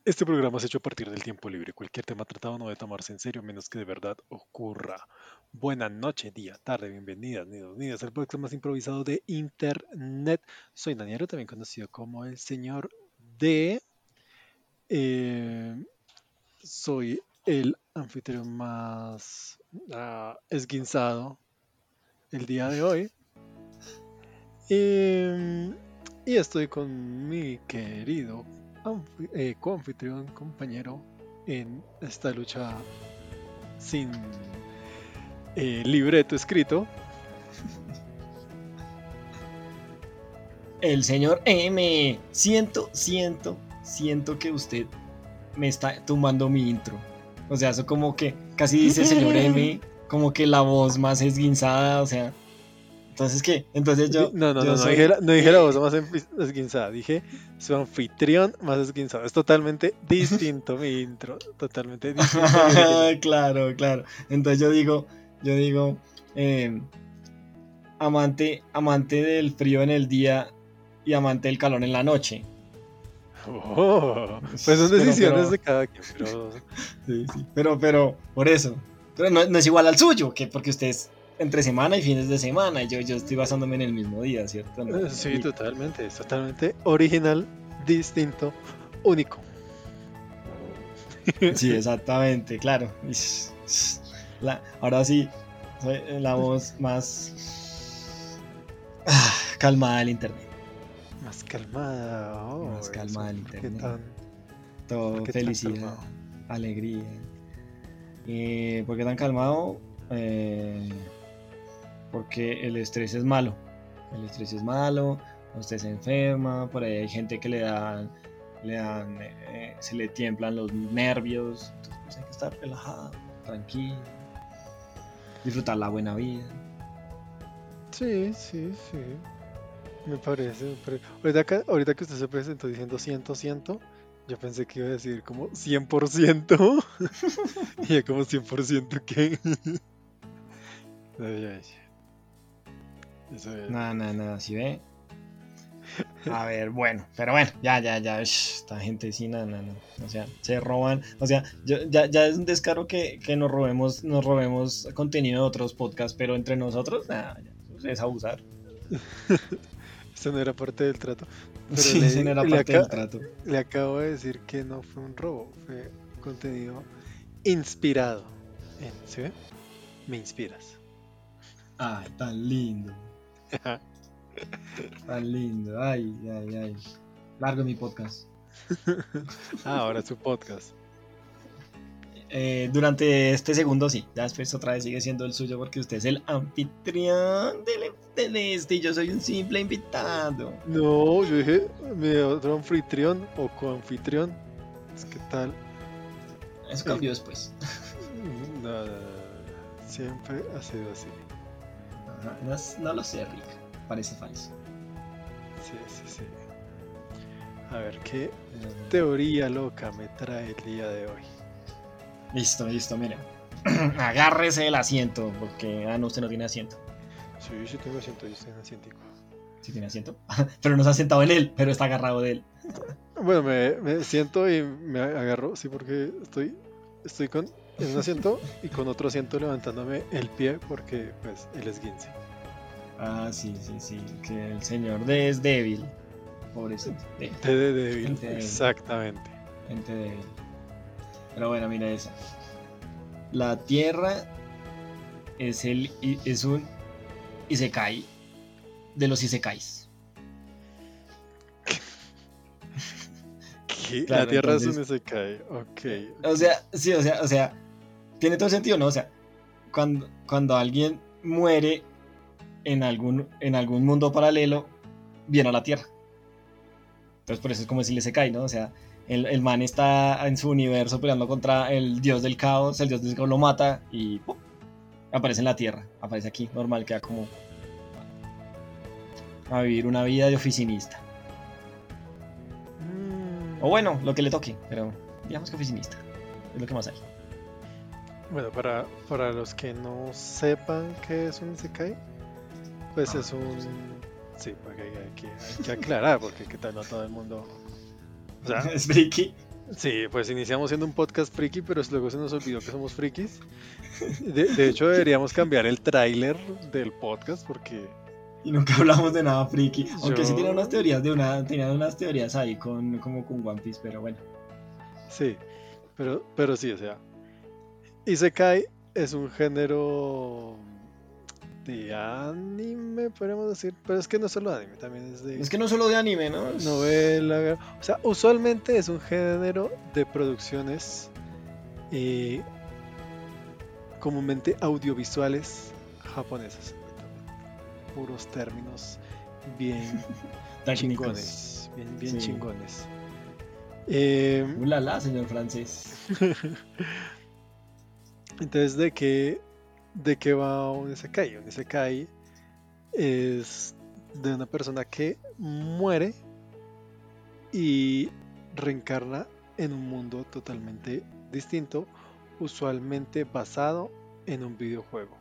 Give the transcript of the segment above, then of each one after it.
Este programa es hecho a partir del tiempo libre. Cualquier tema tratado no debe tomarse en serio, a menos que de verdad ocurra. Buenas noches, día, tarde, bienvenidas, bienvenidas al podcast más improvisado de Internet. Soy Daniel, también conocido como el señor D. Eh, Soy el anfitrión más esguinzado el día de hoy. Em, y estoy con mi querido coanfitrión, compañero en esta lucha sin libreto escrito. El señor M. Siento que usted me está tumbando mi intro. O sea, eso como que casi dice señor M, como que la voz más esguinzada, o sea. Entonces, ¿qué? Entonces yo No soy... dije la voz más esguinzada, dije su anfitrión más esguinzado. Es totalmente distinto mi intro, totalmente distinto a mi original. Claro, claro. Entonces yo digo, eh, amante del frío en el día y amante del calor en la noche. Pues son decisiones Pero, de cada quien, pero sí, sí. Pero, por eso. Pero no es igual al suyo, que porque usted es entre semana y fines de semana, y yo estoy basándome en el mismo día, ¿cierto? No, sí, totalmente, es totalmente original, distinto, único. sí, exactamente, claro. Ahora sí, soy la voz más calmada del internet. Más calmada, Más eso, calmada del ¿por qué internet. por Todo qué tan felicidad, calmado? alegría. ¿Por qué tan calmado? Porque el estrés es malo. El estrés es malo, usted se enferma, por ahí hay gente que se le tiemblan los nervios. Entonces pues hay que estar relajado, tranquilo, disfrutar la buena vida. Sí, sí, sí, me parece. Ahorita que usted se presentó diciendo ciento, yo pensé que iba a decir como 100%, y ya como 100% ¿qué? Ay, ay, eso es. Nada, ¿sí ve? A ver, bueno, pero bueno, ya, esta gente sí, nada. O sea, se roban, o sea, ya es un descaro que nos robemos contenido de otros podcasts, pero entre nosotros, nada, eso es abusar. Eso no era parte del trato, pero Sí, ese no era parte del trato. le acabo de decir que no fue un robo, fue contenido inspirado ¿sí ve? Me inspiras. Ay, tan lindo, ay. Largo mi podcast. Ahora es su podcast. Durante este segundo sí, ya después otra vez sigue siendo el suyo porque usted es el anfitrión del este y yo soy un simple invitado. No, yo dije mi otro anfitrión o coanfitrión. Es que tal. Eso El... cambió después. No, siempre ha sido así. Ajá, no lo sé, Rick. Parece falso. Sí. A ver, ¿qué teoría loca me trae el día de hoy? Listo, mira. Agárrese el asiento, porque no, usted no tiene asiento. Sí tengo asiento, yo estoy en asientico. Sí tiene asiento, pero no se ha sentado en él, pero está agarrado de él. Bueno, me siento y me agarro, sí, porque estoy en un asiento y con otro asiento levantándome el pie porque, pues, el esguince. Ah, sí, que el señor D es débil. Pobrecito. T de débil, Gente débil. exactamente. Gente débil. Pero bueno, mira esa. La Tierra es un Isekai de los Isekais. ¿Qué? La Claro, Tierra es un entonces. isekai. Ok. O sea, sí, o sea, tiene todo sentido, ¿no? O sea, cuando alguien muere en algún mundo paralelo, viene a la Tierra. Entonces por eso es como si le se cae, ¿no? O sea, el man está en su universo peleando contra el dios del caos, el dios del caos lo mata y ¡pum! Aparece en la Tierra, aparece aquí, normal, queda como a vivir una vida de oficinista. O bueno, lo que le toque, pero digamos que oficinista, es lo que más hay. Bueno, para los que no sepan qué es un isekai, pues es un... Sí, porque hay que aclarar, porque qué tal no todo el mundo... O sea, Es friki. Sí, pues iniciamos siendo un podcast friki, pero luego se nos olvidó que somos frikis. De hecho, deberíamos cambiar el tráiler del podcast porque Y nunca yo, hablamos de nada friki. Aunque sí yo, tenían unas teorías ahí como con One Piece, pero bueno. sí, pero sí, o sea, Isekai es un género de anime, podríamos decir, pero es que no es solo anime, también es de Es que no solo de anime, ¿no? novela. O sea, usualmente es un género de producciones eh, comúnmente audiovisuales japonesas. Puros términos bien Técnicos. chingones, bien Sí. chingones. Eh, Ulala, señor francés. entonces, ¿de qué va un isekai? Un isekai es de una persona que muere y reencarna en un mundo totalmente distinto, usualmente basado en un videojuego.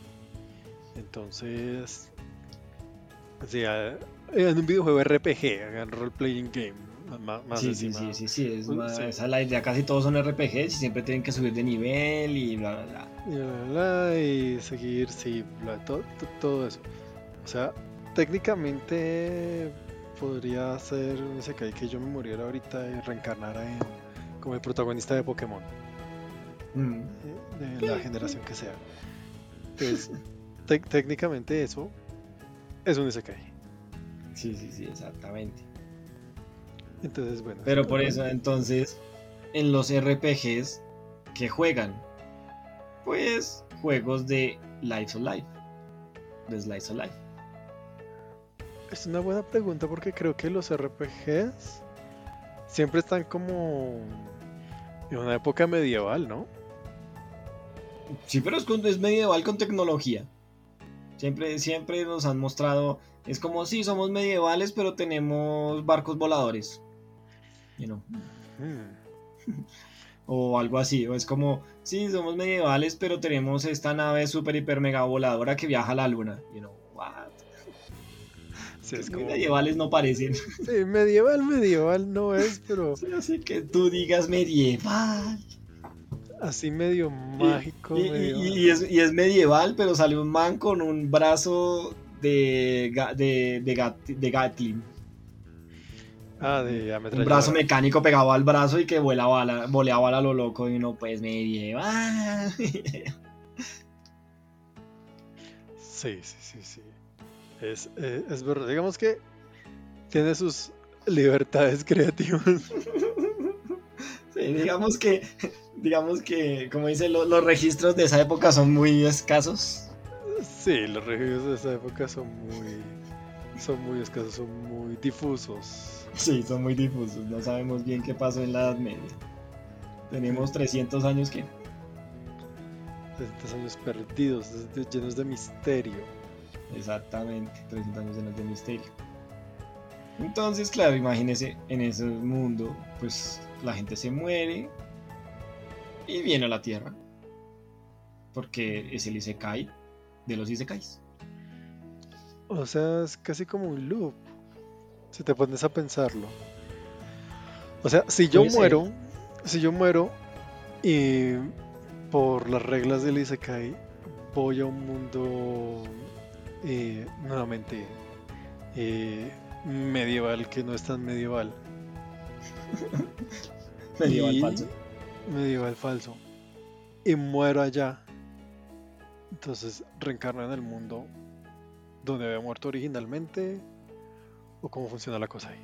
Entonces, o sea, en un videojuego RPG, en role playing game, más Sí, sí, sí, encima. sí, sí. Sí, Esa es la idea. Casi todos son RPGs y siempre tienen que subir de nivel y bla, bla, bla. y seguir, sí, todo eso. O sea, técnicamente podría ser un isekai que yo me muriera ahorita y reencarnara como el protagonista de Pokémon, Mm. de la Sí, generación que sea. Entonces, técnicamente eso es un isekai. sí, sí, sí, exactamente. Entonces, bueno, Pero pues por bueno. eso, entonces, en los RPGs que juegan, pues juegos de Life of Life, de Slice of Life. Es una buena pregunta porque creo que los RPGs siempre están como en una época medieval, ¿no? Sí, pero es medieval con tecnología. Siempre nos han mostrado, es como si somos medievales, pero tenemos barcos voladores, you know, Hmm. o algo así. O es como, sí, somos medievales, pero tenemos esta nave super hiper mega voladora que viaja a la luna. What? Sí, Que es muy como. medievales no parecen. Sí, medieval no es, pero Sí, así que tú digas medieval. así medio Y, mágico, medio. y es medieval, pero sale un man con un brazo de Gatling. Ah, de Un brazo ametralladora. mecánico pegado al brazo y que volea bala a lo loco. Y uno, pues medieval. Sí. Es verdad. Digamos que tiene sus libertades creativas. Sí, digamos que, como dicen, los registros de esa época son muy escasos. Sí, los reviews de esa época son muy escasos, son muy difusos. Sí, son muy difusos. No sabemos bien qué pasó en la Edad Media. Tenemos 300 años que. 300 años perdidos, llenos de misterio. Exactamente, 300 años llenos de misterio. Entonces, claro, imagínese en ese mundo, pues la gente se muere y viene a la Tierra. Porque es el Isekai de los Isekais. O sea, es casi como un loop, si te pones a pensarlo. O sea, Puede ser. si yo muero y por las reglas del Isekai voy a un mundo nuevamente medieval que no es tan medieval Medieval y falso. medieval falso y muero allá, entonces reencarno en el mundo donde había muerto originalmente o cómo funciona la cosa ahí.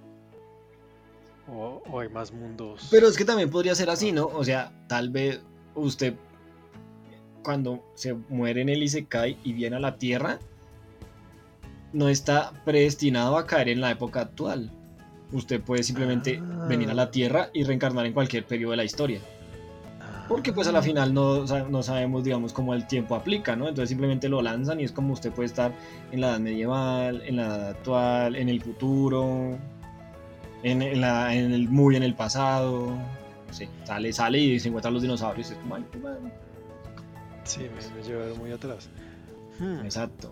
O hay más Pero mundos. es que también podría ser así, ¿no? O sea, tal vez usted cuando se muere en el Isekai y viene a la Tierra, no está predestinado a caer en la época actual. Usted puede simplemente venir a Ah, la Tierra y reencarnar en cualquier periodo de la historia. Porque pues a la ah, final no sabemos, digamos, cómo el tiempo aplica, ¿no? Entonces simplemente lo lanzan y es como usted puede estar en la edad medieval, en la edad actual, en el futuro, muy en el pasado. No sé, sale y se encuentran los dinosaurios. Es como, ay, qué madre. sí, Y me, pues, me llevaron muy atrás. Hmm, exacto.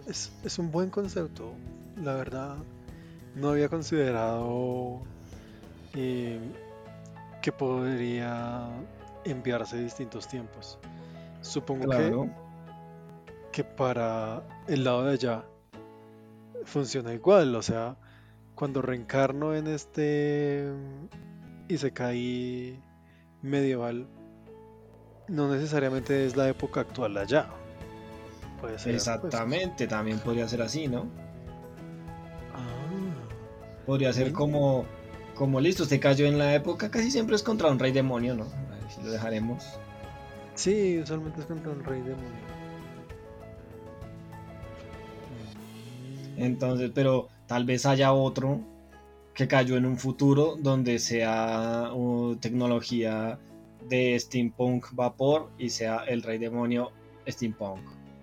es un buen concepto, la verdad. No había considerado que podría enviarse a distintos tiempos. Supongo Claro. que para el lado de allá funciona igual, o sea, cuando reencarno en este Isekai medieval, no necesariamente es la época actual allá. Puede ser, pues. Exactamente, también podría ser así, ¿no? Ah, Podría ser ven. como listo, usted cayó en la época, casi siempre es contra un rey demonio, ¿no? A ver si lo dejaremos. Sí, usualmente es contra un rey demonio. Mm, Entonces, pero tal vez haya otro que cayó en un futuro donde sea tecnología de steampunk vapor y sea el rey demonio steampunk.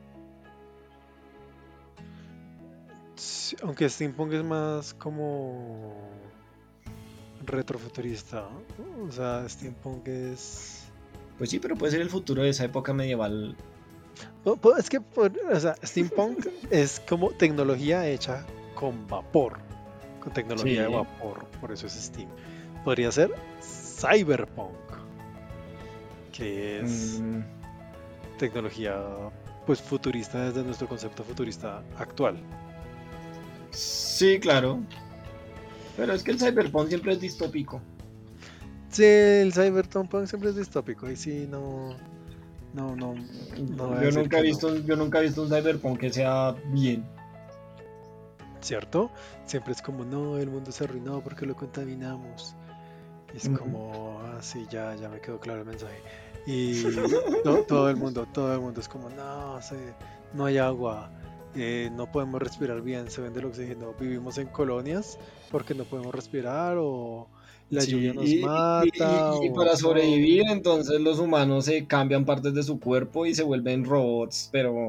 sí, aunque Steampunk es más como retrofuturista, ¿no? O sea, Steampunk es. Pues sí, pero puede ser el futuro de esa época medieval. Es que, o sea, Steampunk es como tecnología hecha con vapor, con tecnología de Sí. vapor, por eso es Steam. Podría ser Cyberpunk, que es Mm, tecnología pues futurista desde nuestro concepto futurista actual. sí, claro. Pero es que el cyberpunk siempre es distópico. Sí, el Cyberpunk siempre es distópico y sí, no, no, no voy a decir que no. Yo nunca he visto un cyberpunk que sea bien. ¿Cierto? Siempre es como, no, el mundo se arruinó porque lo contaminamos. Y es Ujú. como, ah, sí, ya me quedó claro el mensaje. Y todo el mundo es como, no, no hay agua, no podemos respirar bien, se vende el oxígeno, vivimos en colonias porque no podemos respirar o la lluvia Sí, nos mata y o para no. sobrevivir, entonces los humanos se cambian partes de su cuerpo y se vuelven robots,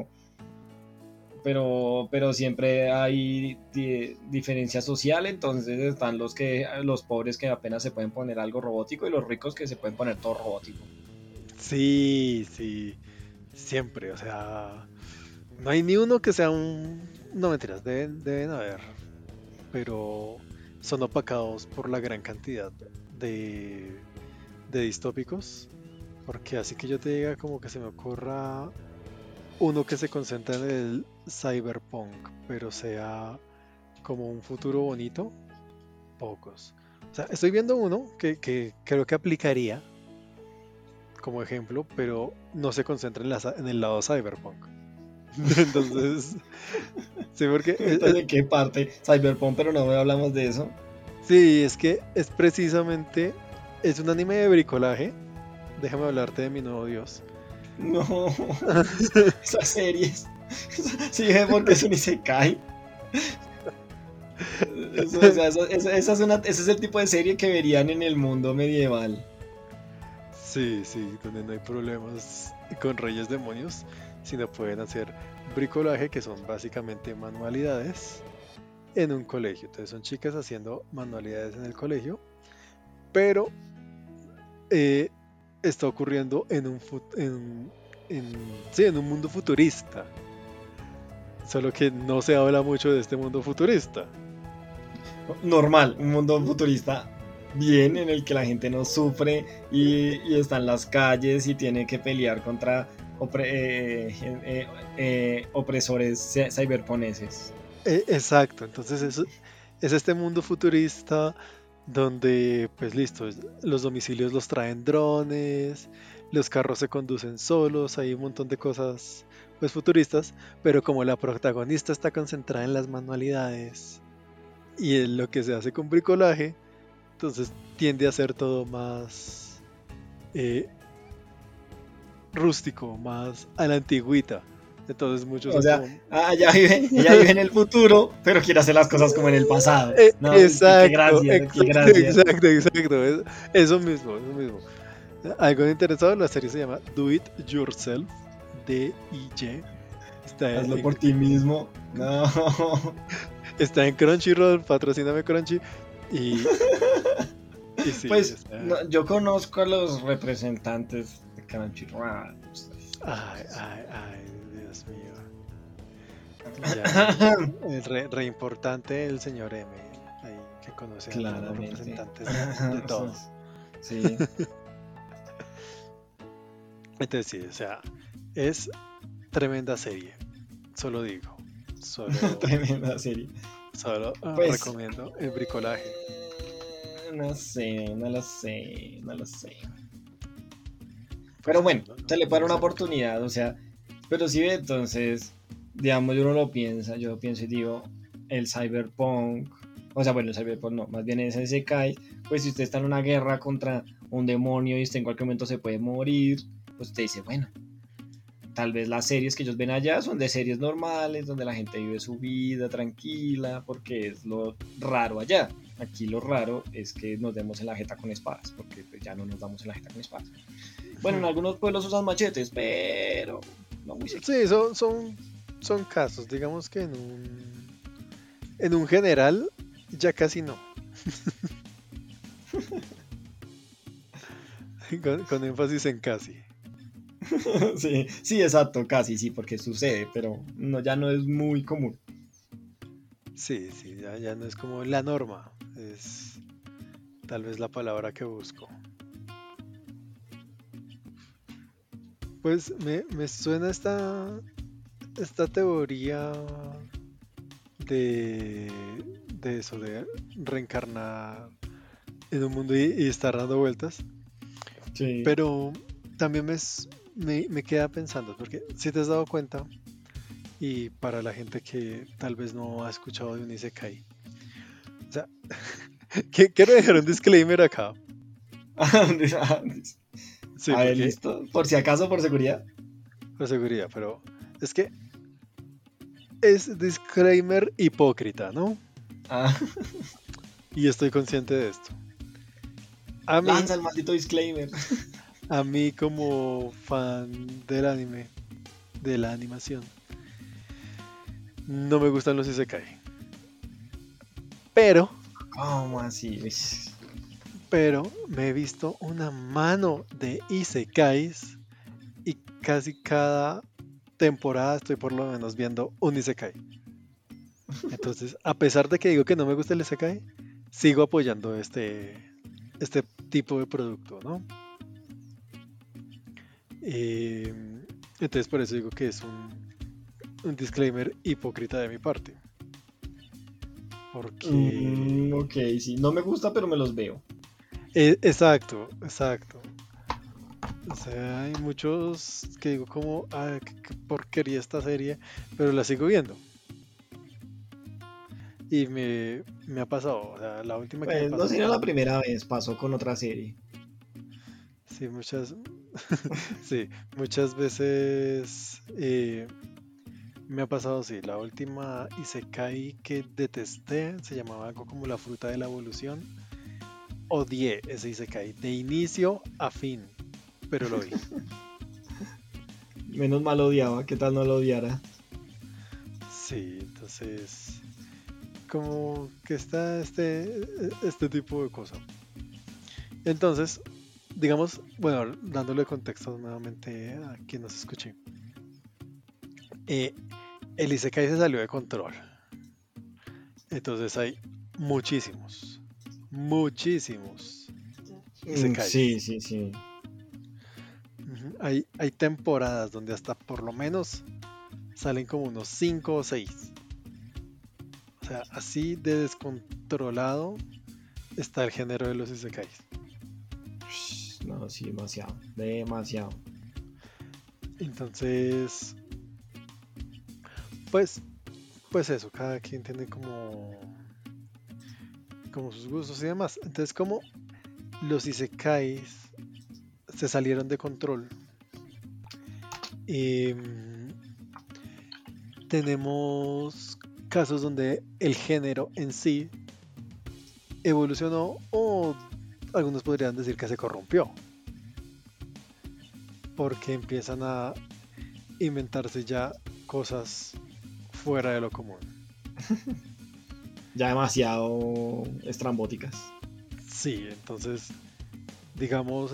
pero siempre hay diferencia social, entonces están los pobres que apenas se pueden poner algo robótico y los ricos que se pueden poner todo robótico. Sí, sí, siempre, o sea, no hay ni uno que sea un. No, mentiras, deben haber, pero son opacados por la gran cantidad de, de distópicos. Porque así que yo te diga como que se me ocurra uno que se concentra en el cyberpunk, pero sea como un futuro bonito, pocos. O sea, estoy viendo uno que creo que aplicaría como ejemplo, pero no se concentra en el lado cyberpunk. Entonces, sí, porque Entonces, ¿en qué parte? Cyberpunk, pero no hablamos de eso. sí, es que es precisamente, es un anime de bricolaje. Déjame hablarte de mi nuevo dios. No, esas series. Sí, porque eso ni se cae. Eso, o sea, ese es el tipo de serie que verían en el mundo medieval. Sí, sí, donde no hay problemas con reyes demonios, sino pueden hacer bricolaje, que son básicamente manualidades en un colegio. Entonces son chicas haciendo manualidades en el colegio, pero eh, está ocurriendo sí, en un mundo futurista, solo que no se habla mucho de este mundo futurista. Normal, un mundo futurista bien en el que la gente no sufre y está en las calles y tiene que pelear contra opresores cyberponeses. Exacto, entonces es este mundo futurista donde, pues listo, los domicilios los traen drones, los carros se conducen solos, hay un montón de cosas pues futuristas, pero como la protagonista está concentrada en las manualidades y en lo que se hace con bricolaje, entonces tiende a ser todo más eh, rústico, más a la antigüita. Entonces muchos O son sea, como, ella vive en el futuro, pero quiere hacer las cosas como en el pasado. No, qué Exacto, gracia, qué exacto, gracia. exacto, exacto. Eso mismo, eso mismo. Algo interesado, la serie se llama Do It Yourself, D-I-Y. Está Hazlo en, por ti mismo. No. está en Crunchyroll, patrocíname Crunchy. Y, y sí, Pues yo conozco a los representantes de Crunchyroll. ay, ay, ay, Dios mío. Ya, re importante el señor M, ahí que conoce a todos los Claramente. representantes de todo. Sí, Entonces sí, o sea, es tremenda serie, solo digo. Solo, tremenda serie. solo Pues, recomiendo el bricolaje. no sé, no lo sé, no lo sé. Pues Pero eso, bueno, no, se no, le no para lo una sé. oportunidad, o sea, pero si ve, entonces, digamos, uno lo piensa, yo pienso y digo, el cyberpunk, o sea, bueno, el cyberpunk no, más bien es ese Isekai, pues si usted está en una guerra contra un demonio y usted en cualquier momento se puede morir, pues usted dice, bueno, tal vez las series que ellos ven allá son de series normales, donde la gente vive su vida tranquila, porque es lo raro allá. Aquí lo raro es que nos demos en la jeta con espadas, porque pues, ya no nos damos en la jeta con espadas. Bueno, en algunos pueblos usan machetes, pero no muy seguido. Sí, son casos, digamos que en un general ya casi no. Con énfasis en casi. Sí, sí, exacto, casi, sí, porque sucede, pero no, ya no es muy común. Sí, sí, ya no es como la norma. Es tal vez la palabra que busco. Pues me suena esta teoría de, de eso, de reencarnar en un mundo y estar dando vueltas. Sí. Pero también me queda pensando, porque si te has dado cuenta, y para la gente que tal vez no ha escuchado de un Isekai, o sea, quiero dejar un disclaimer acá. Sí, A ver, porque, listo. Por si acaso, por seguridad. por seguridad, pero es que es disclaimer hipócrita, ¿no? Ah, Y estoy consciente de esto. A mí, lanza el maldito disclaimer. a mí como fan del anime, de la animación, no me gustan los Isekai. Pero, ¿Cómo así? pero me he visto una mano de Isekais y casi cada temporada estoy por lo menos viendo un Isekai. Entonces, a pesar de que digo que no me gusta el Isekai, sigo apoyando este tipo de producto, ¿no? Eh, entonces, por eso digo que es un disclaimer hipócrita de mi parte. Porque... Ok, sí. No me gusta, pero me los veo. Exacto, exacto. O sea, hay muchos que digo como, ah, qué porquería esta serie, pero la sigo viendo. Y me ha pasado, o sea, la última que me Pues no pasó sería la con, primera vez, pasó con otra serie. sí, sí, muchas veces me ha pasado, sí, la última Isekai que detesté se llamaba algo como la fruta de la evolución. Odié ese Isekai de inicio a fin, pero lo vi. Menos mal odiaba, ¿qué tal no lo odiara? Sí, entonces, como que está este tipo de cosas. Entonces, digamos, bueno, dándole contexto nuevamente a quien nos escuche. eh, el Isekai se salió de control. Entonces hay muchísimos, muchísimos Sí, Isekais. sí, sí. Ujú. Hay temporadas donde hasta por lo menos salen como unos 5 o 6. O sea, así de descontrolado está el género de los Isekais. No, sí, demasiado. Demasiado. Entonces, pues, pues eso, cada quien tiene como sus gustos y demás. Entonces, como los Isekais se salieron de control, em, tenemos casos donde el género en sí evolucionó o algunos podrían decir que se corrompió, porque empiezan a inventarse ya cosas fuera de lo común. Ya demasiado estrambóticas. Sí, entonces, digamos,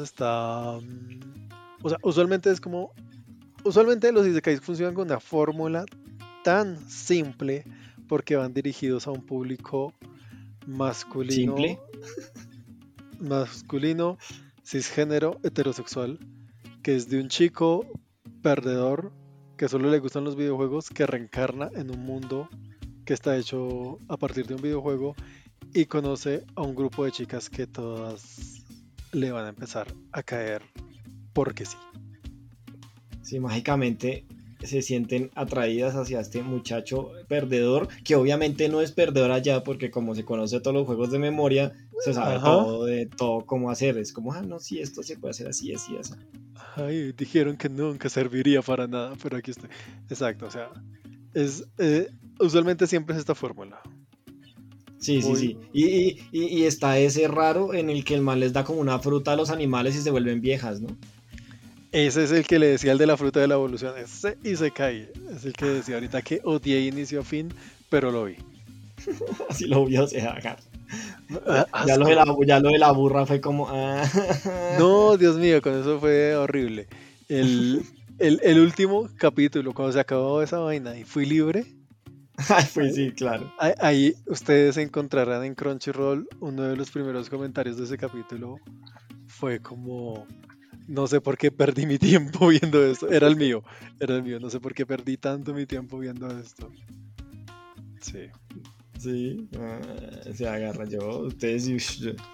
o sea, usualmente los isekais funcionan con una fórmula tan simple porque van dirigidos a un público masculino, Simple. masculino cisgénero heterosexual que es de un chico perdedor que solo le gustan los videojuegos que reencarna en un mundo que está hecho a partir de un videojuego y conoce a un grupo de chicas que todas le van a empezar a caer porque sí. Sí, mágicamente se sienten atraídas hacia este muchacho perdedor, que obviamente no es perdedor allá, porque como se conoce todos los juegos de memoria, se sabe Ajá. todo de todo cómo hacer. Es como, no, sí, esto se puede hacer así, así, así. Ay, dijeron que nunca serviría para nada, pero aquí estoy. Exacto, o sea, es usualmente siempre es esta fórmula. Sí, sí, Voy, sí. Y está ese raro en el que el man les da como una fruta a los animales y se vuelven viejas, ¿no? ese es el que le decía el de la fruta de la evolución, ese y se cae. Es el que decía ahorita que odié inicio a fin, pero lo vi. Así lo vio, o sea, Asco. ya lo de la burra fue como, No, Dios mío, con eso fue horrible. El último capítulo, cuando se acabó esa vaina y fui libre, Ay, pues sí, claro. ahí ustedes encontrarán en Crunchyroll uno de los primeros comentarios de ese capítulo. Fue como, no sé por qué perdí mi tiempo viendo esto. Era el mío. No sé por qué perdí tanto mi tiempo viendo esto. Sí. Sí, se agarra yo, ustedes y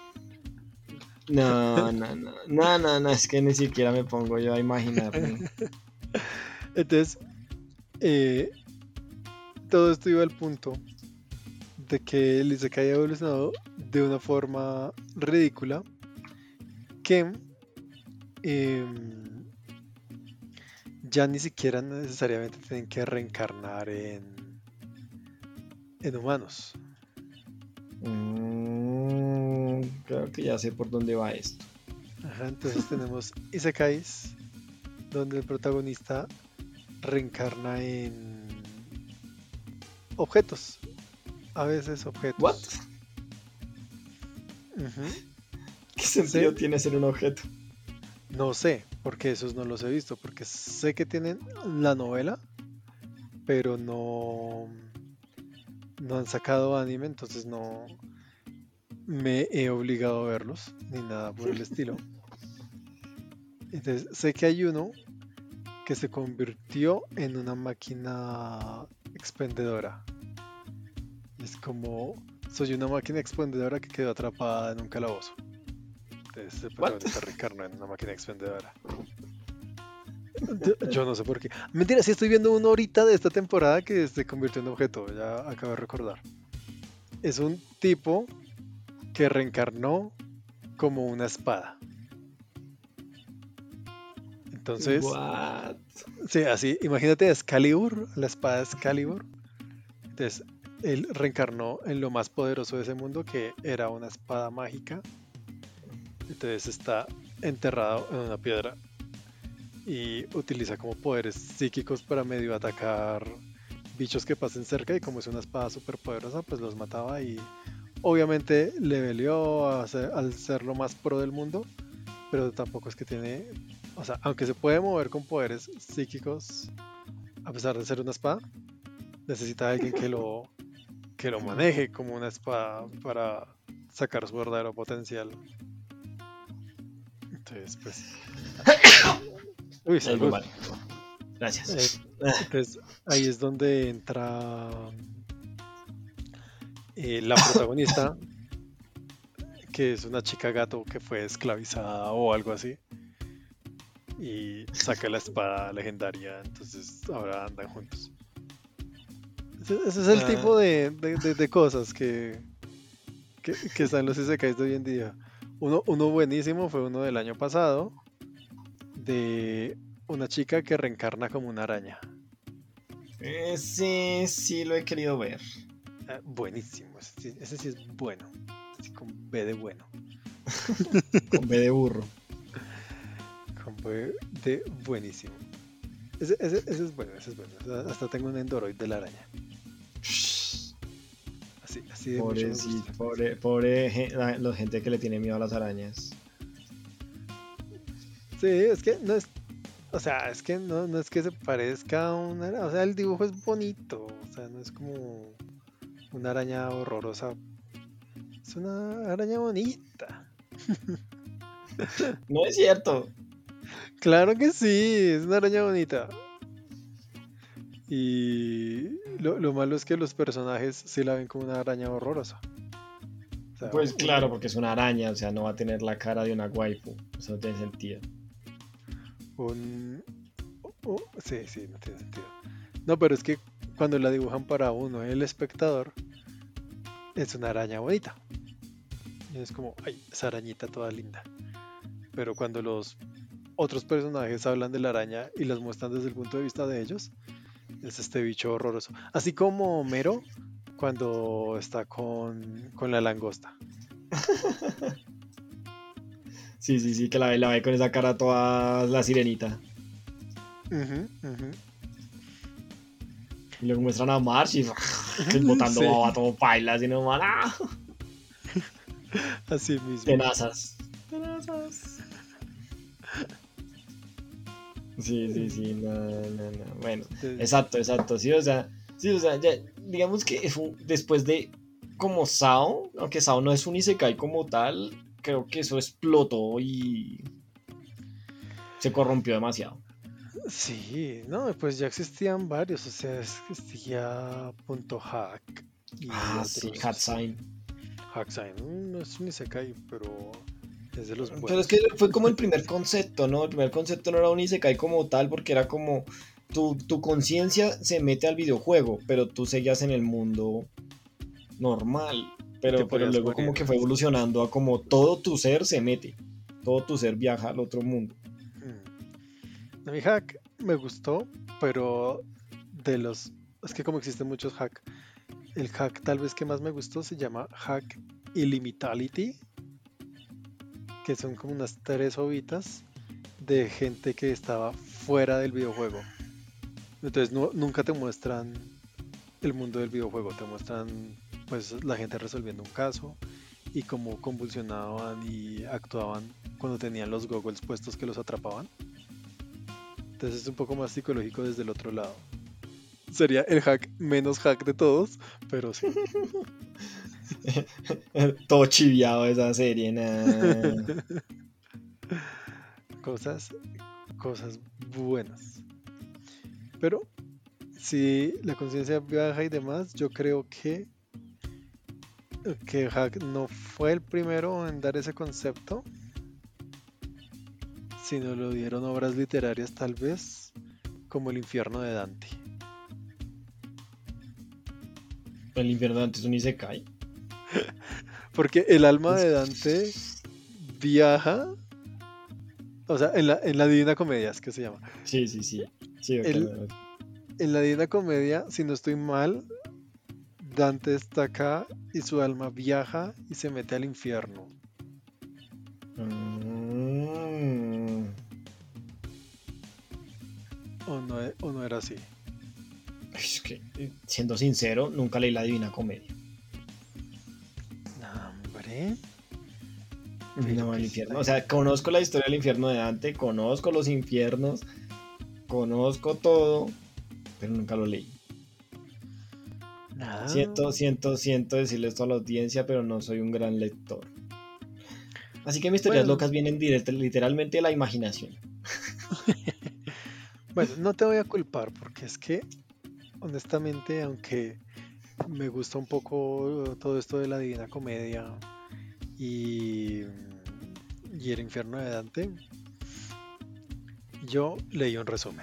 no, no, no, no, no, no, es que ni siquiera me pongo yo a imaginarme. Entonces, eh, todo esto iba al punto de que el Isekai ha evolucionado de una forma ridícula que em, ya ni siquiera necesariamente tienen que reencarnar en humanos. Creo que ya sé por dónde va esto. Ajá, entonces tenemos Isekais, donde el protagonista reencarna en objetos, a veces ¿What? objetos. Ujú. ¿Qué Sé, sentido tiene ser un objeto? no sé, porque esos no los he visto, porque sé que tienen la novela, pero no han sacado anime, entonces no me he obligado a verlos, ni nada por el estilo. Entonces sé que hay uno que se convirtió en una máquina expendedora. Es como, soy una máquina expendedora que quedó atrapada en un calabozo. Entonces el ¿What? protagonista reencarna en una máquina expendedora. Yo no sé por qué. Mentira, sí estoy viendo uno ahorita de esta temporada que se convirtió en objeto, ya acabo de recordar. Es un tipo que reencarnó como una espada. Entonces, What? sí, así, imagínate a Excalibur, la espada Excalibur. Entonces, él reencarnó en lo más poderoso de ese mundo, que era una espada mágica. Entonces está enterrado en una piedra y utiliza como poderes psíquicos para medio atacar bichos que pasen cerca y como es una espada súper poderosa, pues los mataba y obviamente le peleó al ser lo más pro del mundo, pero tampoco es que tiene, o sea, aunque se puede mover con poderes psíquicos, a pesar de ser una espada, necesita a alguien que lo maneje como una espada para sacar su verdadero potencial. Entonces, pues, uy, Algo salud. vale. Eh, Gracias. entonces, ahí es donde entra la protagonista, que es una chica gato que fue esclavizada o algo así, y saca la espada legendaria, entonces ahora andan juntos. Ese es el tipo Ah, de cosas que están en los isekais de hoy en día. Uno buenísimo fue uno del año pasado, de una chica que reencarna como una araña. sí, sí lo he querido ver. Buenísimo, ese sí es bueno, así con B de bueno. Con B de burro. Fue de buenísimo. Ese es bueno, ese es bueno. Hasta tengo un Endoroid de la araña. Así de mucho me gusta. Pobrecito, la gente que le tiene miedo a las arañas. Sí, es que no es. O sea, es que no es que se parezca a una. O sea, el dibujo es bonito. O sea, no es como una araña horrorosa. Es una araña bonita. No es cierto. Claro que sí, es una araña bonita. Y lo malo es que los personajes sí la ven como una araña horrorosa. O sea, Pues claro, porque es una araña, o sea, no va a tener la cara de una waifu. Eso no tiene sentido. un... sí, sí, no tiene sentido. No, pero es que cuando la dibujan para uno, el espectador, es una araña bonita. Y es como, ay, esa arañita toda linda. Pero cuando los otros personajes hablan de la araña y las muestran desde el punto de vista de ellos, es este bicho horroroso. Así como Mero cuando está con la langosta. Sí, sí, sí, que la ve con esa cara toda la sirenita. Ujú, ujú. Y luego muestran a Marsh y botando Sí, baba todo paila, así nomás. ¡Ah! así mismo. Tenazas. Tenazas. Sí, sí, sí, no, no, no. Bueno, exacto, exacto. Sí, o sea, ya, digamos que después de como Sao, aunque Sao no es un isekai como tal, creo que eso explotó y se corrompió demasiado. Sí, no, pues ya existían varios, o sea, existía Punto Hack y Ah, sí, otros. Hatsign. Hackside no es un Isekai, pero es de los Pero es que buenos. fue como el primer concepto, ¿no? El primer concepto no era un isekai como tal, porque era como tu conciencia se mete al videojuego, pero tú seguías en el mundo normal. Y te Pero podías luego morir. como que fue evolucionando a como todo tu ser se mete, todo tu ser viaja al otro mundo. A mi hack me gustó, pero de los... Es que como existen muchos hack, el hack tal vez que más me gustó se llama Hack Illimitality, que son como unas tres hovitas de gente que estaba fuera del videojuego. Entonces nunca te muestran el mundo del videojuego, te muestran pues la gente resolviendo un caso y cómo convulsionaban y actuaban cuando tenían los goggles puestos que los atrapaban. Entonces es un poco más psicológico desde el otro lado. Sería el hack menos hack de todos, pero sí. Todo chiviado esa serie, nah. cosas, cosas buenas. Pero si la conciencia viaja y demás, yo creo que Hack no fue el primero en dar ese concepto, sino lo dieron obras literarias tal vez, como el infierno de Dante. El infierno de antes es un isekai. Porque el alma Es- de Dante viaja, o sea, en la Divina Comedia es que se llama. Sí, sí, sí. Sí, ok, El, en la Divina Comedia, si no estoy mal, Dante está acá y su alma viaja y se mete al infierno. Mm. O no era así. Es que, siendo sincero, nunca leí la Divina Comedia. No, hombre, pero No, que el infierno. O está... sea, conozco la historia del infierno de Dante, conozco los infiernos, conozco todo, pero nunca lo leí. Nada. Siento decirle esto a la audiencia, pero no soy un gran lector. Así que mis teorías Bueno, locas vienen literalmente de la imaginación. bueno, no te voy a culpar porque es que, honestamente, aunque me gusta un poco todo esto de la Divina Comedia y, y el infierno de Dante, yo leí un resumen.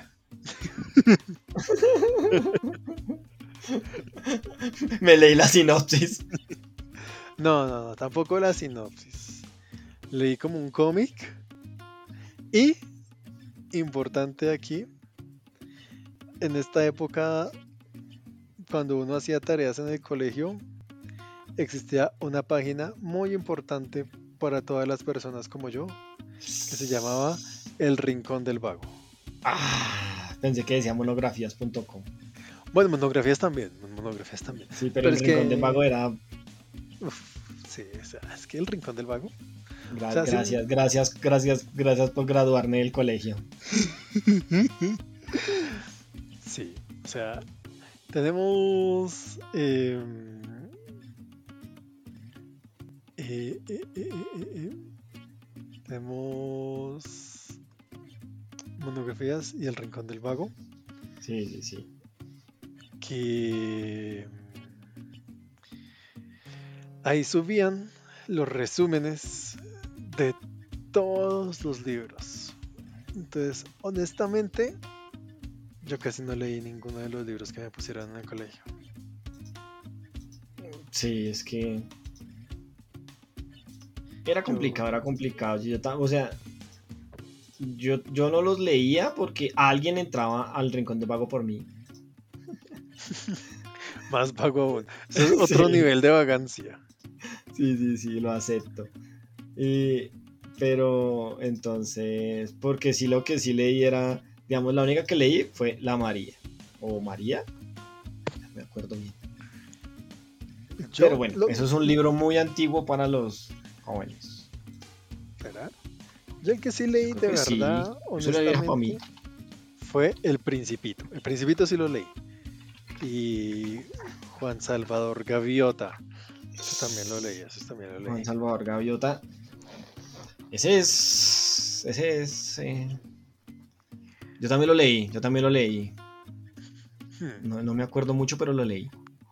Me leí la sinopsis. No, no, no, tampoco la sinopsis. Leí como un cómic y, importante aquí, en esta época, cuando uno hacía tareas en el colegio, existía una página muy importante para todas las personas como yo, que se llamaba El Rincón del Vago. Pensé que decía monografías.com. Bueno, monografías también, monografías también. Sí, pero Pero el es rincón del vago que, era. uf, sí, o sea, es que El Rincón del Vago, o sea, sí, Gracias por graduarme del colegio. sí, o sea, tenemos Tenemos Monografías y El Rincón del Vago, Sí, sí, sí. que ahí subían los resúmenes de todos los libros. Entonces, honestamente, yo casi no leí ninguno de los libros que me pusieron en el colegio. Sí, es que era Yo, complicado, era complicado. O sea, yo no los leía porque alguien entraba al Rincón del Vago por mí. más vago aún. Eso es otro Sí, nivel de vagancia. sí, sí, sí, lo acepto. Y, pero entonces, porque sí lo que sí leí era, digamos, la única que leí fue La María. ¿O María? No me acuerdo bien. Pero Yo bueno, lo, eso es un libro muy antiguo para los jóvenes. ¿Será? Yo el que sí Yo leí creo de que sí. verdad, Eso lo leía para mí. honestamente, fue El Principito. El Principito sí lo leí. Y Juan Salvador Gaviota. Ese también lo leí, ese también lo Juan leí. Salvador Gaviota. Ese es. Ese es. Yo también lo leí. Yo también lo leí. Hmm. No, no me acuerdo mucho, pero lo leí.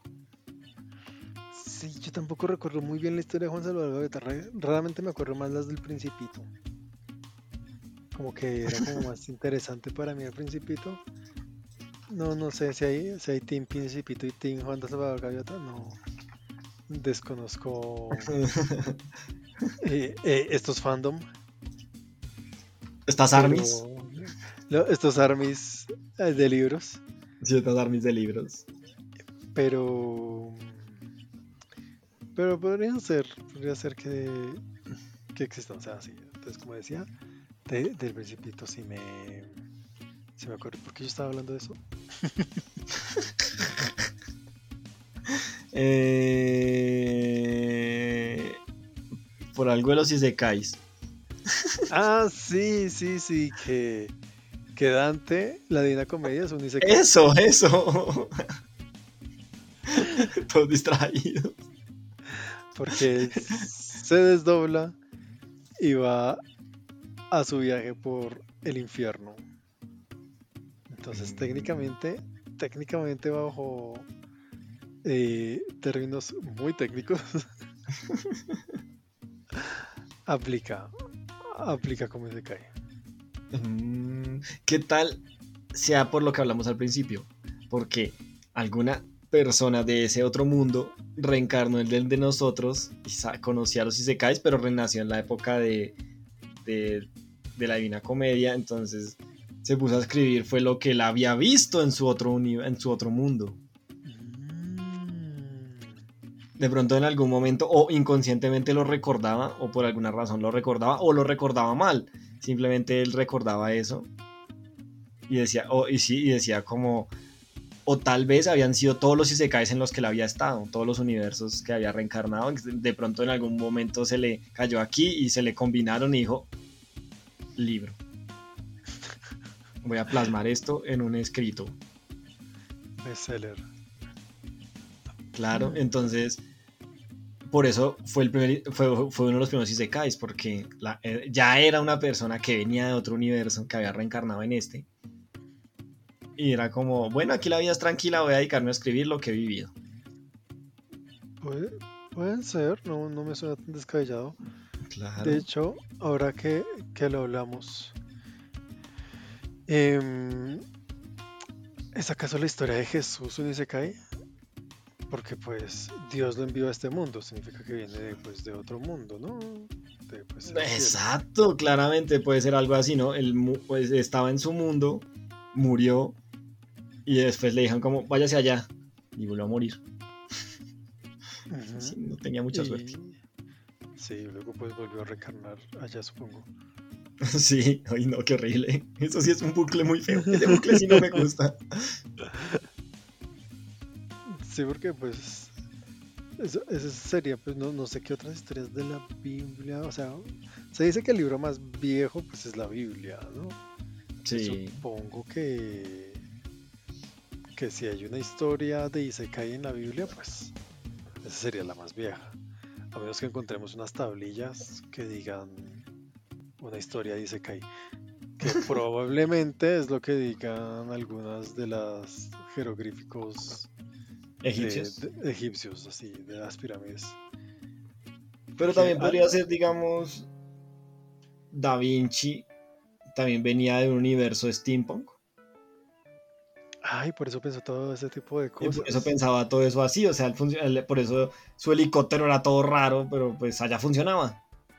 Sí, yo tampoco recuerdo muy bien la historia de Juan Salvador Gaviota. Raramente me acuerdo más las del Principito. Como que era como más interesante para mí el Principito. No, no sé si hay Team Principito y Team Juan Salvador Gaviota. No, desconozco estos fandom, Estas armies. pero estos armies de libros. Sí, estas armies de libros. Pero podría ser que existan, o sea, sí. Entonces, como decía, del Principito sí me acuerdo. ¿Por qué yo estaba hablando de eso? Eh, por algo de los isekais. Ah, sí, sí, sí, que Dante, la Divina Comedia, es un isekai, Eso, eso. Todos distraídos. porque se desdobla y va a su viaje por el infierno. Entonces, técnicamente bajo términos muy técnicos, aplica, aplica como isekai. ¿Qué tal sea por lo que hablamos al principio? Porque alguna persona de ese otro mundo reencarnó el del de nosotros y conocía a los isekais, pero renació en la época de, de la Divina Comedia, entonces se puso a escribir fue lo que él había visto en su otro mundo. Mm. De pronto en algún momento o inconscientemente lo recordaba o por alguna razón lo recordaba o lo recordaba mal. Simplemente él recordaba eso y decía, y decía como, o tal vez habían sido todos los isekais en los que él había estado, todos los universos que había reencarnado. De pronto en algún momento se le cayó aquí y se le combinaron y dijo, libro. Voy a plasmar esto en un escrito. Bestseller. Claro, entonces por eso fue uno de los primeros isekais, porque ya era una persona que venía de otro universo, que había reencarnado en este. Y era como, bueno, aquí la vida es tranquila, voy a dedicarme a escribir lo que he vivido. Puede, pueden ser, no, no me suena tan descabellado. De Claro. hecho, ahora que lo hablamos, em, ¿es acaso la historia de Jesús un isekai? Porque pues Dios lo envió a este mundo, significa que viene pues, de otro mundo, ¿no? De pues el cielo. Exacto, claramente puede ser algo así, ¿no? Él pues estaba en su mundo, murió y después le dijeron como, váyase allá y volvió a morir. Ujú. Sí, no tenía mucha suerte. Y sí, luego pues volvió a reencarnar allá, supongo. Sí, ay no, qué horrible. Eso sí es un bucle muy feo. Ese bucle sí no me gusta. Sí, porque pues eso sería, pues no, no sé qué otras historias de la Biblia, o sea, se dice que el libro más viejo pues es la Biblia, ¿no? Entonces Sí. supongo que si hay una historia de Isekai en la Biblia, pues esa sería la más vieja. A menos que encontremos unas tablillas que digan una historia de Isekai, que probablemente es lo que digan algunas de las jeroglíficos Egipcios. de egipcios, así, de las pirámides. Pero Que, también podría ser, digamos, Da Vinci también venía de un universo steampunk. ay, por eso pensó todo ese tipo de Y por eso cosas. pensaba todo eso así, o sea, por eso su helicóptero era todo raro, pero pues allá funcionaba.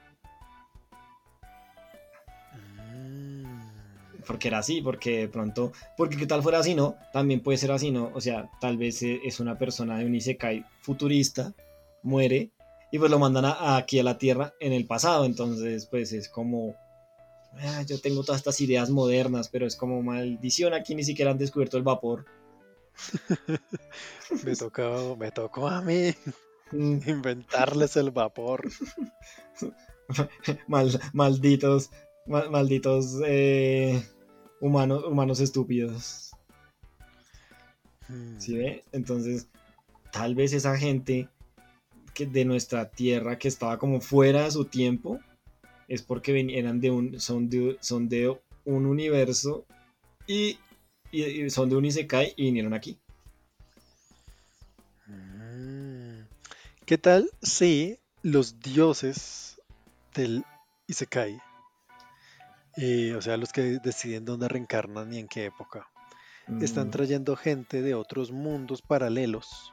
Mm, Porque era así, porque de pronto, porque qué tal fuera así, ¿no? También puede ser así, ¿no? O sea, tal vez es una persona de un Isekai futurista, muere, y pues lo mandan aquí a la Tierra en el pasado, entonces pues es como, yo tengo todas estas ideas modernas, pero es como maldición, aquí ni siquiera han descubierto el vapor. me tocó a mí Mm, inventarles el vapor. malditos, malditos humanos estúpidos. Mm, ¿Sí ve? Entonces, tal vez esa gente que de nuestra tierra que estaba como fuera de su tiempo es porque eran son de un universo y, y son de un isekai y vinieron aquí. mm. ¿Qué tal si los dioses del Isekai, o sea, los que deciden dónde reencarnan y en qué época, están Mm, trayendo gente de otros mundos paralelos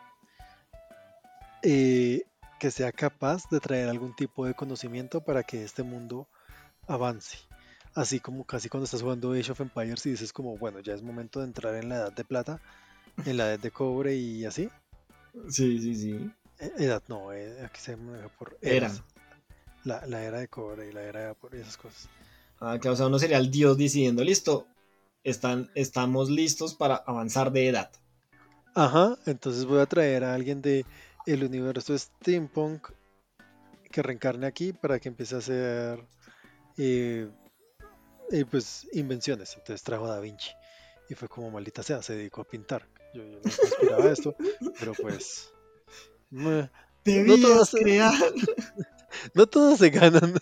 eh, que sea capaz de traer algún tipo de conocimiento para que este mundo avance? Así como casi cuando estás jugando Age of Empires y dices como, bueno, ya es momento de entrar en la edad de plata, en la edad de cobre y así. sí, sí, sí. Edad no, aquí se maneja por Era. eras. La era de cobre y la era de vapor y esas cosas. Ah, claro, o sea, uno sería el dios decidiendo, listo, estamos listos para avanzar de edad. Ajá, entonces voy a traer a alguien de el universo steampunk que reencarne aquí para que empiece a hacer eh, pues invenciones. Entonces trajo a Da Vinci y fue como maldita sea, se dedicó a pintar. Yo nunca aspiraba a esto, pero pues no Debías todas, crear. no todas se ganan.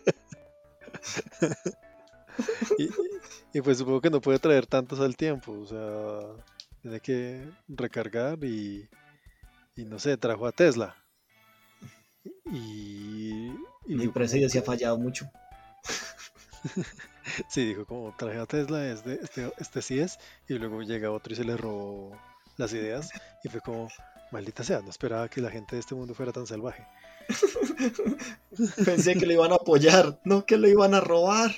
Y, y pues supongo que no puede traer tantos al tiempo, o sea, tiene que recargar y no sé, trajo a Tesla. Y, y Mi dijo presidio como, sí ha fallado mucho. sí, dijo como traje a Tesla, este sí es, y luego llega otro y se le robó las ideas, y fue como, maldita sea, no esperaba que la gente de este mundo fuera tan salvaje. Pensé que lo iban a apoyar, no que lo iban a robar.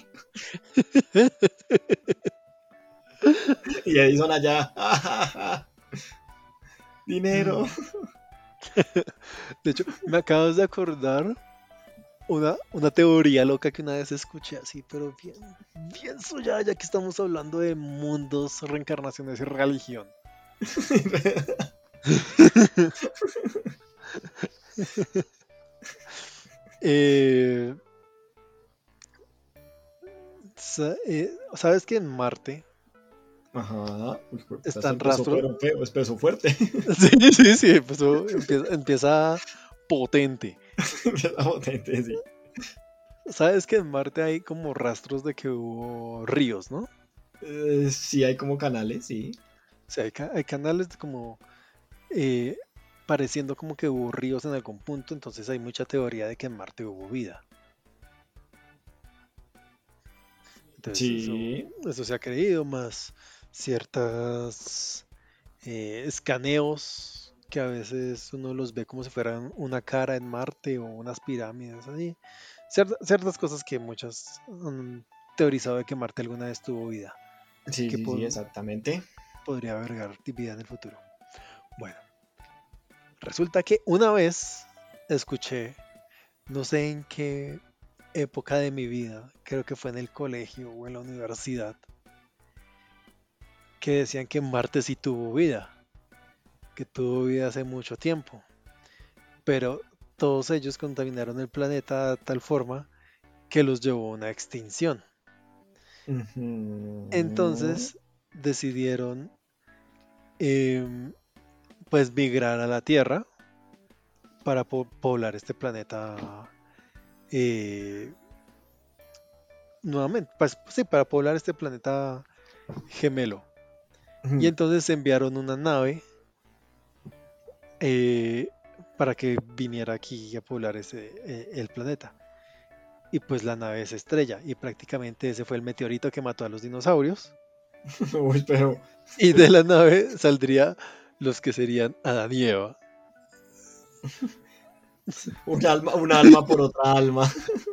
Y Edison allá, dinero. Mm. De hecho, me acabas de acordar una teoría loca que una vez escuché así, pero bien, bien suya, ya que estamos hablando de mundos, reencarnaciones y religión. Eh, ¿Sabes que en Marte Ajá, están empezó, rastros? pero feo, empezó fuerte. Sí, sí, sí, empieza potente. Empieza potente, sí. ¿Sabes que en Marte hay como rastros de que hubo ríos, ¿no? O Sí, hay como canales, sí. sea, hay canales como eh, pareciendo como que hubo ríos en algún punto, entonces hay mucha teoría de que en Marte hubo vida. Entonces Sí, eso se ha creído, más ciertas escaneos que a veces uno los ve como si fueran una cara en Marte o unas pirámides, así. Ciertas cosas que muchas han teorizado de que Marte alguna vez tuvo vida, sí, que sí, sí, exactamente. podría albergar vida en el futuro. Bueno, resulta que una vez escuché, no sé en qué época de mi vida, creo que fue en el colegio o en la universidad, que decían que Marte sí tuvo vida, que tuvo vida hace mucho tiempo, pero todos ellos contaminaron el planeta de tal forma que los llevó a una extinción. Ujú. Entonces decidieron em, pues migrar a la Tierra para poblar este planeta eh, nuevamente, pues, sí, para poblar este planeta gemelo. Y Ujú. entonces enviaron una nave eh, para que viniera aquí a poblar el planeta. Y pues la nave se estrella y prácticamente ese fue el meteorito que mató a los dinosaurios. Uy, pero Y de la nave saldría los que serían Adán y Eva. un alma por otra alma.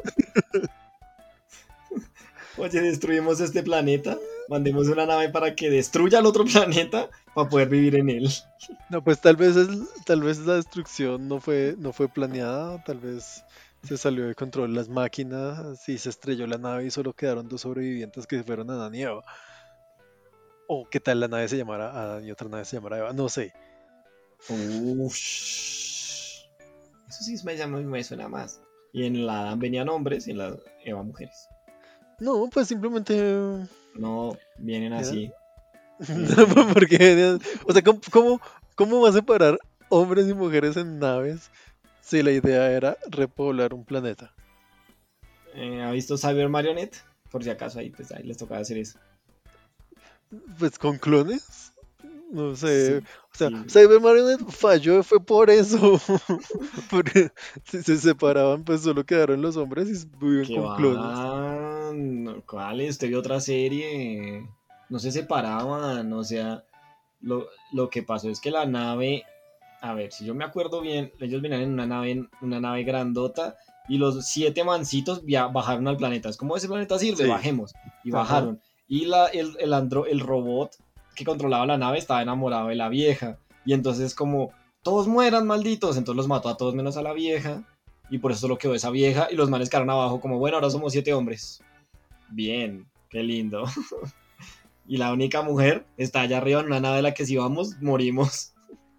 Oye, destruimos este planeta, mandemos una nave para que destruya el otro planeta para poder vivir en él. No, pues tal vez la destrucción no fue planeada, tal vez se salió de control las máquinas y se estrelló la nave y solo quedaron dos sobrevivientes que fueron Adán y Eva. O qué tal la nave se llamara Adán y otra nave se llamara Eva, no sé. Uf, eso sí me suena más. Y en la Adán venían hombres y en la Eva mujeres. No, pues simplemente No vienen eran. así. Porque, o sea, cómo va a separar hombres y mujeres en naves si la idea era repoblar un planeta? ¿Ha visto Cyber Marionette? Por si acaso ahí, pues ahí les tocaba hacer eso. Pues con clones. No sé, Sí, o sea, sí. Cyber Marionette falló, fue por eso. Porque si se separaban, pues solo quedaron los hombres y viven Que con clones. van. ¿Cuál? Usted vio otra serie. No se separaban. O sea, lo que pasó es que la nave. A ver, si yo me acuerdo bien, ellos venían en una nave grandota. Y los 7 mancitos bajaron al planeta. Es como ese planeta sirve, Sí, bajemos. Y ajá, bajaron. Y el robot que controlaba la nave estaba enamorado de la vieja. Y entonces, como todos mueran malditos, entonces los mató a todos menos a la vieja. Y por eso solo quedó esa vieja. Y los manes quedaron abajo, como bueno, ahora somos 7 hombres. Bien, qué lindo. Y la única mujer está allá arriba en una nave de la que si vamos, morimos.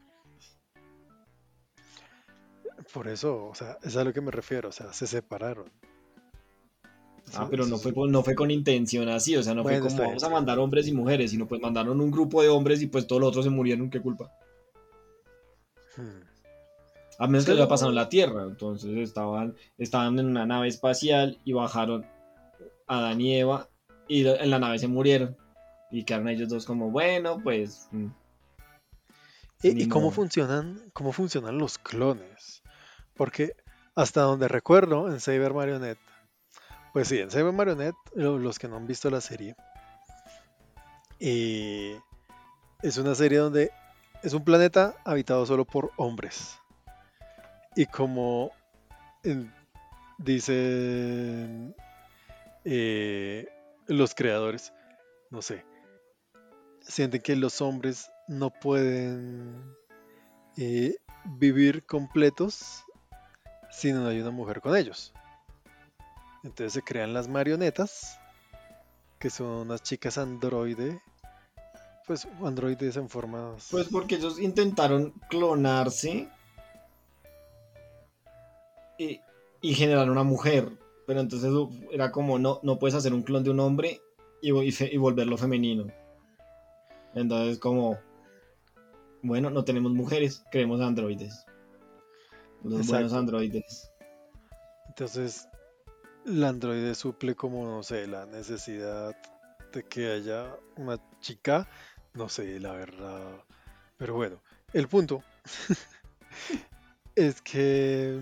por eso, o sea, es a lo que me refiero, o sea, se separaron. Ah, Eso, pero eso es- no fue con intención así, o sea, no fue bueno, está como bien, vamos a sí. mandar hombres y mujeres, sino pues mandaron un grupo de hombres y pues todos los otros se murieron, ¿qué culpa? Hmm. A menos que Sí, les haya pasado en no, la Tierra, entonces estaban en una nave espacial y bajaron Adán y Eva y en la nave se murieron y quedaron ellos dos como, bueno, pues ¿Y ni modo. cómo funcionan los clones? Porque hasta donde recuerdo en Cyber Marionette, pues sí, en Cyber Marionette, los que no han visto la serie, eh, es una serie donde es un planeta habitado solo por hombres. Y como en- dicen eh, los creadores, no sé, sienten que los hombres no pueden eh, vivir completos si no hay una mujer con ellos. Entonces se crean las marionetas, que son unas chicas androide, pues androides en Pues formas. porque ellos intentaron clonarse y, y generar una mujer, pero entonces era como, no, no puedes hacer un clon de un hombre y volverlo femenino. Entonces como, bueno, no tenemos mujeres, queremos androides, los buenos Exacto. androides. Entonces la androide suple como, no sé, la necesidad de que haya una chica, no sé, la verdad. Pero bueno, el punto es que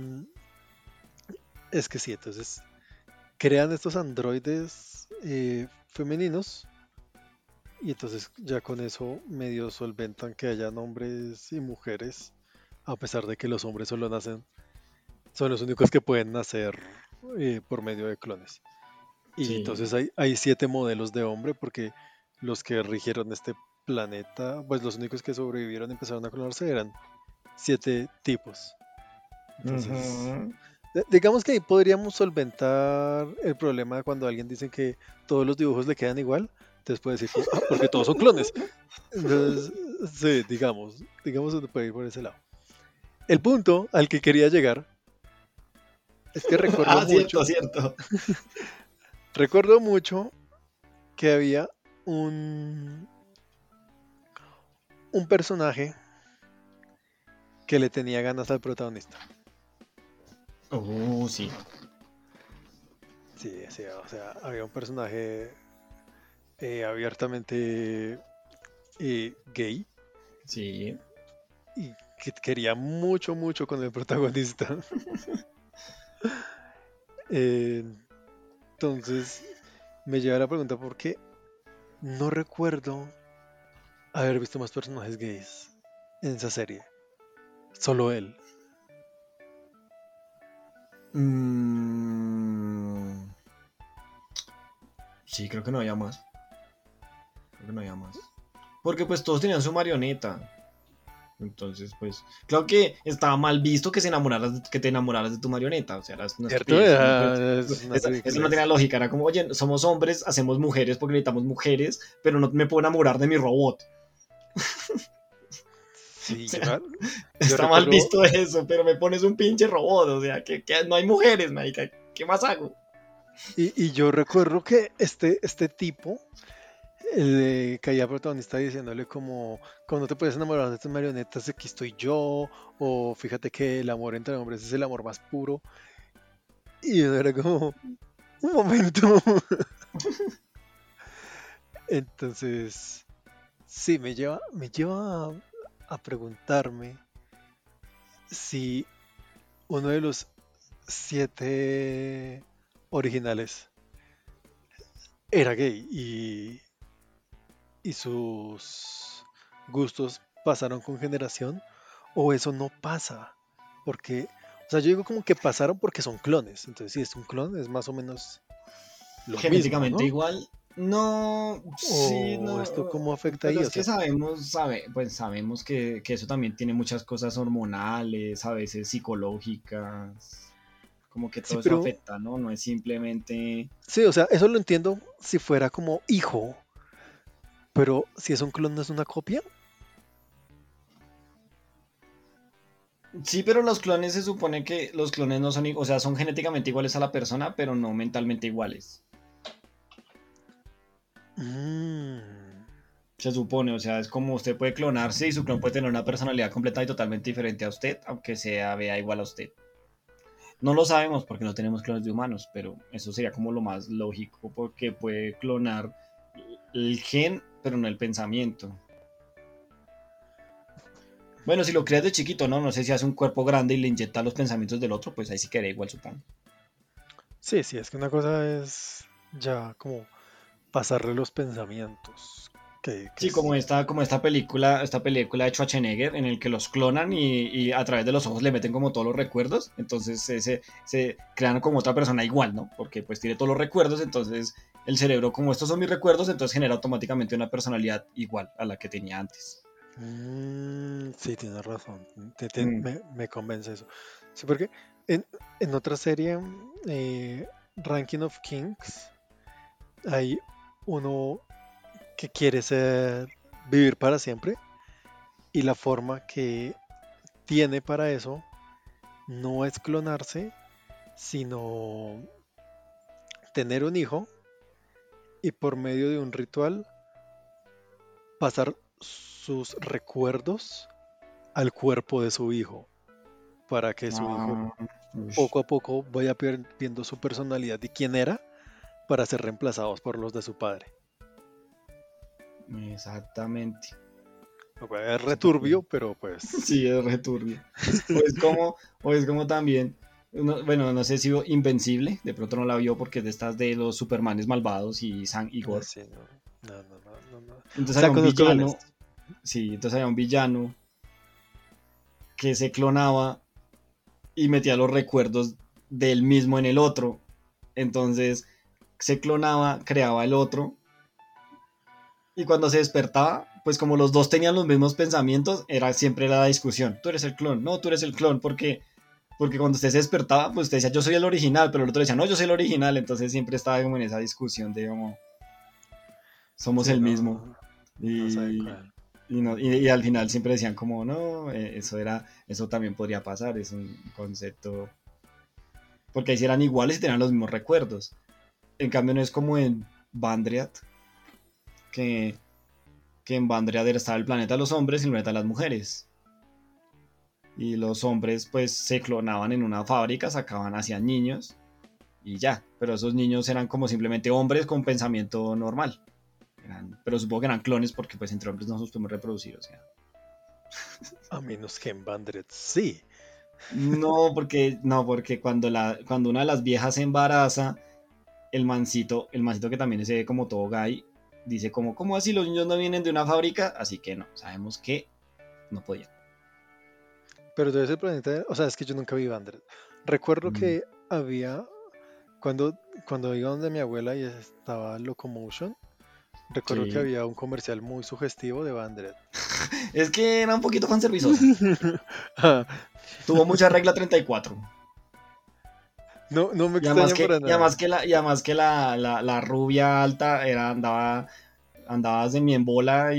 es que sí, entonces crean estos androides femeninos y entonces ya con eso medio solventan que hayan hombres y mujeres, a pesar de que los hombres solo nacen, son los únicos que pueden nacer por medio de clones. Y Sí. entonces hay 7 modelos de hombre porque los que rigieron este planeta, pues los únicos que sobrevivieron y empezaron a clonarse eran 7 tipos. Entonces, Ujú. digamos que ahí podríamos solventar el problema cuando alguien dice que todos los dibujos le quedan igual. Entonces puede decir como, ah, porque todos son clones. Entonces, sí, digamos que puede ir por ese lado. El punto al que quería llegar es que Ah, cierto, cierto. recuerdo mucho que había un, un personaje que le tenía ganas al protagonista. Sí. Sí, sí, o sea, había un personaje abiertamente gay Sí. y que quería mucho, mucho con el protagonista. Eh, entonces me lleva a la pregunta porque no recuerdo haber visto más personajes gays en esa serie. Solo él. Mm, sí, creo que no había más. Creo que no había más. Porque pues todos tenían su marioneta. Entonces, pues, creo que estaba mal visto que que te enamoraras de tu marioneta. O sea, era una ¿Cierto? estupidez. No, pues, Es una eso no tenía ridiculez. lógica. Era como, oye, somos hombres, hacemos mujeres porque necesitamos mujeres, pero no me puedo enamorar de mi robot. O Sí, sea, yo está mal recuerdo, visto eso, pero me pones un pinche robot. O sea, que no hay mujeres, marica. ¿Qué más hago? y yo recuerdo que este tipo le caía al protagonista diciéndole como no te puedes enamorar de estas marionetas, aquí estoy yo, o fíjate que el amor entre hombres es el amor más puro. Y yo era como, un momento. Entonces, sí, me lleva a preguntarme si uno de los 7 originales era gay y sus gustos pasaron con generación o eso no pasa. Porque, o sea, yo digo como que pasaron porque son clones. Entonces, si es un clon, es más o menos lo mismo, Genéticamente ¿no? igual. No, sí, O no, esto cómo afecta pero ahí, o es que sea, pues sabemos que eso también tiene muchas cosas hormonales, a veces psicológicas, como que sí, todo eso pero afecta, ¿no? No es simplemente... sí, o sea, eso lo entiendo si fuera como hijo, pero si es un clon, no es una copia. Sí, pero los clones se supone que los clones no son, o sea, son genéticamente iguales a la persona, pero no mentalmente iguales. Mm, Se supone, o sea, es como usted puede clonarse y su clon puede tener una personalidad completa y totalmente diferente a usted, aunque sea vea igual a usted. No lo sabemos porque no tenemos clones de humanos, pero eso sería como lo más lógico porque puede clonar el gen, pero no el pensamiento. Bueno, si lo creas de chiquito, ¿no? No sé si hace un cuerpo grande y le inyecta los pensamientos del otro, pues ahí sí quedaría igual, supongo. sí, sí, es que una cosa es ya como pasarle los pensamientos, que Sí, es... como esta película de Schwarzenegger, en el que los clonan y a través de los ojos le meten como todos los recuerdos, entonces se crean como otra persona igual, ¿no? Porque pues tiene todos los recuerdos, entonces el cerebro, como estos son mis recuerdos, entonces genera automáticamente una personalidad igual a la que tenía antes. Sí, tienes razón, Mm. me convence eso. Sí, porque en, en otra serie, Ranking of Kings, hay uno que quiere vivir para siempre y la forma que tiene para eso no es clonarse, sino tener un hijo y por medio de un ritual pasar sus recuerdos al cuerpo de su hijo para que su hijo Ah, ush, poco a poco vaya perdiendo su personalidad y quién era para ser reemplazados por los de su padre. exactamente. Lo cual es Sí, porque returbio, pero pues... sí, es returbio. O es como también, bueno, no sé si vio Invencible, de pronto no la vio porque es de estas de los Supermanes malvados y Gore. Sí, no, no, no, no, no, no. O Entonces sea, había un conozco cuál es. villano, sí, entonces había un villano que se clonaba y metía los recuerdos del mismo en el otro. Entonces se clonaba, creaba el otro y cuando se despertaba, pues como los dos tenían los mismos pensamientos, siempre la discusión. Tú eres el clon, no, tú eres el clon, porque cuando usted se despertaba, pues usted decía yo soy el original, pero el otro decía no, yo soy el original, entonces siempre estaba como en esa discusión de como somos Sí, el mismo. no, no sabe Y, cuál. y al final siempre decían como no, eso también podría pasar, es un concepto, porque ahí sí eran iguales y tenían los mismos recuerdos. En cambio no es como en Bandriat, que, que en Bandriat estaba el planeta de los hombres y el planeta de las mujeres. Y los hombres pues se clonaban en una fábrica, sacaban, hacían niños y ya. Pero esos niños eran como simplemente hombres con pensamiento normal. Pero supongo que eran clones porque pues entre hombres no nos podemos reproducir, o sea. A menos que en Bandred sí. No, porque cuando una de las viejas se embaraza, el mancito que también es como todo gay, dice como, ¿cómo así los niños no vienen de una fábrica? Así que no, sabemos que no podía. Pero debe ser planeta. O sea, es que yo nunca vi Bandred. Recuerdo Mm, que había. Cuando, cuando iba donde mi abuela y estaba Locomotion, recuerdo que sí. había un comercial muy sugestivo de Bandred. Es que era un poquito fanservizosa. Ah, Tuvo mucha regla 34. no, no me Y además extraña que, para y además nada. que, la, y además que la rubia alta andaba semi en bola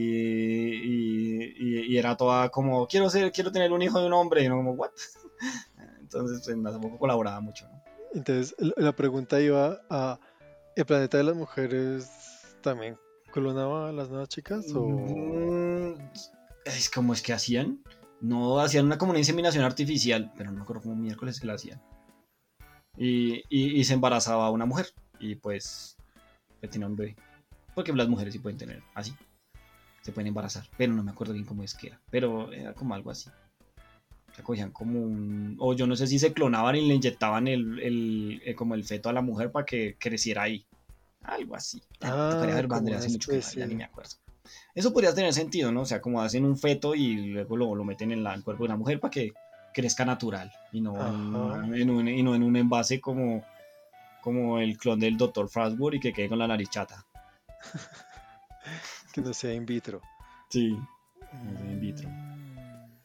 y era toda como, quiero tener un hijo de un hombre. Y uno como, ¿what? Entonces, pues, tampoco colaboraba mucho, ¿no? Entonces, la pregunta iba a, ¿el planeta de las mujeres también clonaba a las nuevas chicas o...? Mm, Es como es que hacían. No, hacían como una inseminación artificial, pero no me acuerdo cómo miércoles que la hacían. Y se embarazaba a una mujer. Y pues tenía un bebé. Porque las mujeres sí pueden tener así. Se pueden embarazar. Pero no me acuerdo bien cómo es que era. Pero era como algo así. O sea, cogían como un. O yo no sé si se clonaban y le inyectaban como el feto a la mujer para que creciera ahí. Algo así. Ya, tocaría Ah, ver como Bandera una hace mucho que no, ya ni especie... me acuerdo. Eso podría tener sentido, ¿no? O sea, como hacen un feto y luego lo meten en el cuerpo de una mujer para que crezca natural y no Ajá, y no en un envase como el clon del Dr. Frostwood y que quede con la nariz chata. que no sea in vitro. Sí, eso in vitro. Mm,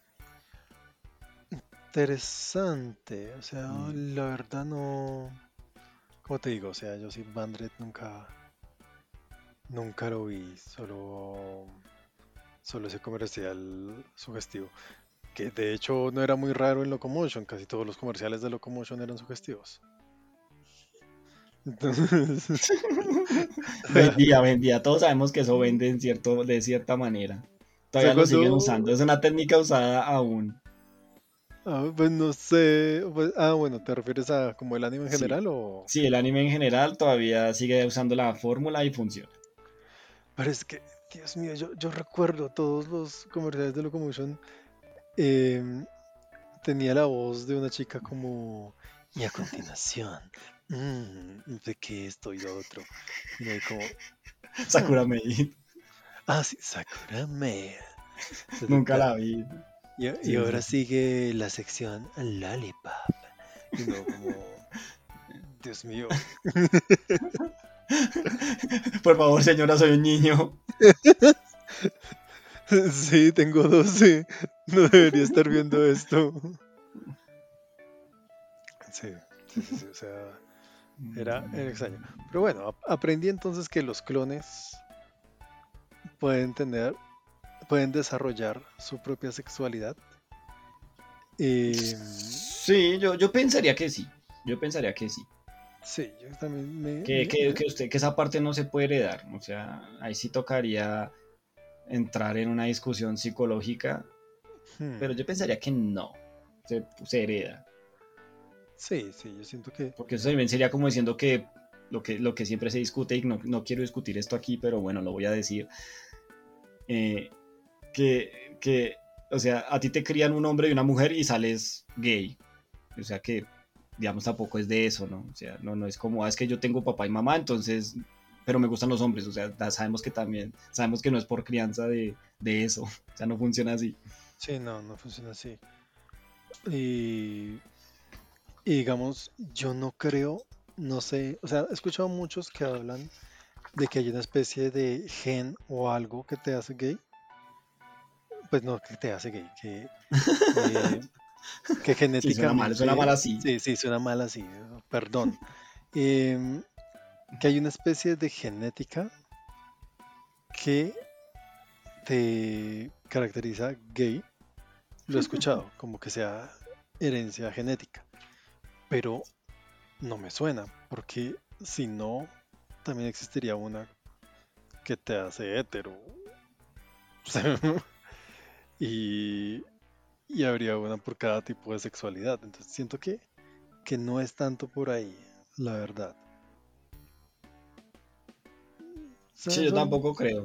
interesante, o sea, Mm. la verdad no... Como te digo, o sea, yo sí Bandred nunca lo vi, solo ese comercial sugestivo. Que de hecho no era muy raro en Locomotion, casi todos los comerciales de Locomotion eran sugestivos. Entonces, Vendía. Todos sabemos que eso vende de cierta manera. o sea, Todavía lo siguen usando. Es una técnica usada aún. pues no sé, bueno, ¿te refieres a como el anime en Sí. general o...? Sí, el anime en general todavía sigue usando la fórmula y funciona. Pero es que, Dios mío, yo recuerdo todos los comerciales de Locomotion, em, tenía la voz de una chica como, y a continuación, de que esto y lo otro. Y no hay como, Sakura "Hmm, Maid. sí, Sakura Mail. Ta, ta, Nunca la ta". vi. Y Sí, ahora sí. sigue la sección Lollipop. Y no como, Dios mío. Por favor, señora, soy un niño. Sí, tengo 12. No debería estar viendo esto. Sí, sí, o sea, era extraño. Pero bueno, aprendí entonces que los clones pueden pueden desarrollar su propia sexualidad. Sí, yo pensaría que sí. Yo pensaría que sí. Sí, yo también Que esa parte no se puede heredar. O sea, ahí sí tocaría entrar en una discusión psicológica. Pero hmm, yo pensaría que no. Se hereda. sí, sí, yo siento que Porque eso también sería como diciendo que lo que siempre se discute, y no quiero discutir esto aquí, pero bueno, lo voy a decir. eh, que, o sea, a ti te crían un hombre y una mujer y sales gay. O sea que, digamos, tampoco es de eso, ¿no? O sea, no es como, es que yo tengo papá y mamá, entonces, pero me gustan los hombres. O sea, sabemos que no es por crianza de eso. O sea, no funciona así. sí, no, no funciona así. Y, y digamos, yo no creo, no sé, o sea, he escuchado muchos que hablan de que hay una especie de gen o algo que te hace gay. Pues no, que te hace gay, eh, que Sí, suena mal genéticamente, así. sí, sí, suena mal así, perdón. Em, que hay una especie de genética que te caracteriza gay. Lo he escuchado, como que sea herencia genética, pero no me suena, porque si no, también existiría una que te hace hetero. y, y habría una por cada tipo de sexualidad. Entonces siento que no es tanto por ahí. la verdad. Sí, yo tampoco creo.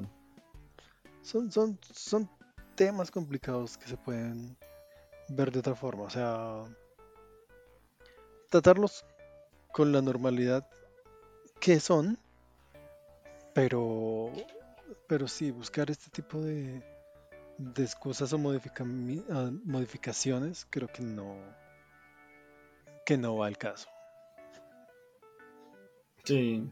Son temas complicados que se pueden ver de otra forma. O sea, tratarlos con la normalidad que son, pero, pero sí, buscar este tipo de excusas o modificaciones, creo que no va al caso. Sí.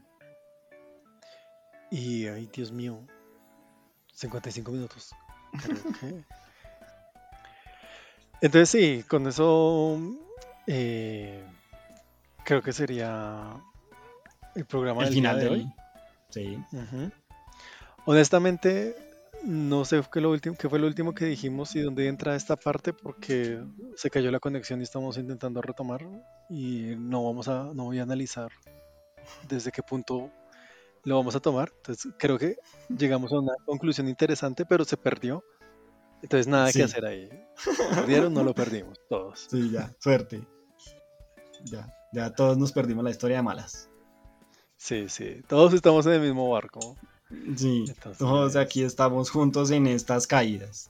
Y, ay, Dios mío, 55 minutos. Creo que. Entonces sí, con eso eh, creo que sería el programa El del día final de hoy. del... Sí. Ujú. Honestamente, no sé qué fue lo último que dijimos y dónde entra esta parte porque se cayó la conexión y estamos intentando retomar y no voy a analizar desde qué punto lo vamos a tomar. Entonces, creo que llegamos a una conclusión interesante, pero se perdió. Entonces, nada que Sí. hacer ahí. Lo perdieron, no lo perdimos, todos. Sí, ya, suerte. Ya todos nos perdimos la historia de malas. Sí, sí, todos estamos en el mismo barco. Sí, todos aquí Entonces, estamos juntos en estas caídas.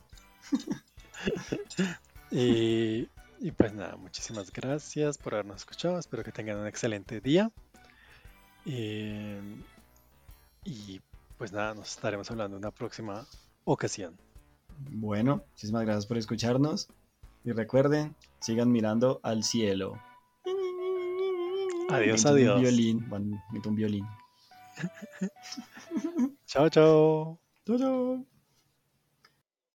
y pues nada, muchísimas gracias por habernos escuchado. Espero que tengan un excelente día. Eh, y pues nada, nos estaremos hablando en una próxima ocasión. Bueno, muchísimas gracias por escucharnos. Y recuerden, sigan mirando al cielo. Adiós, Mientras un adiós. violín. Bueno, mientras un violín. Chao, chao. Chau, chau.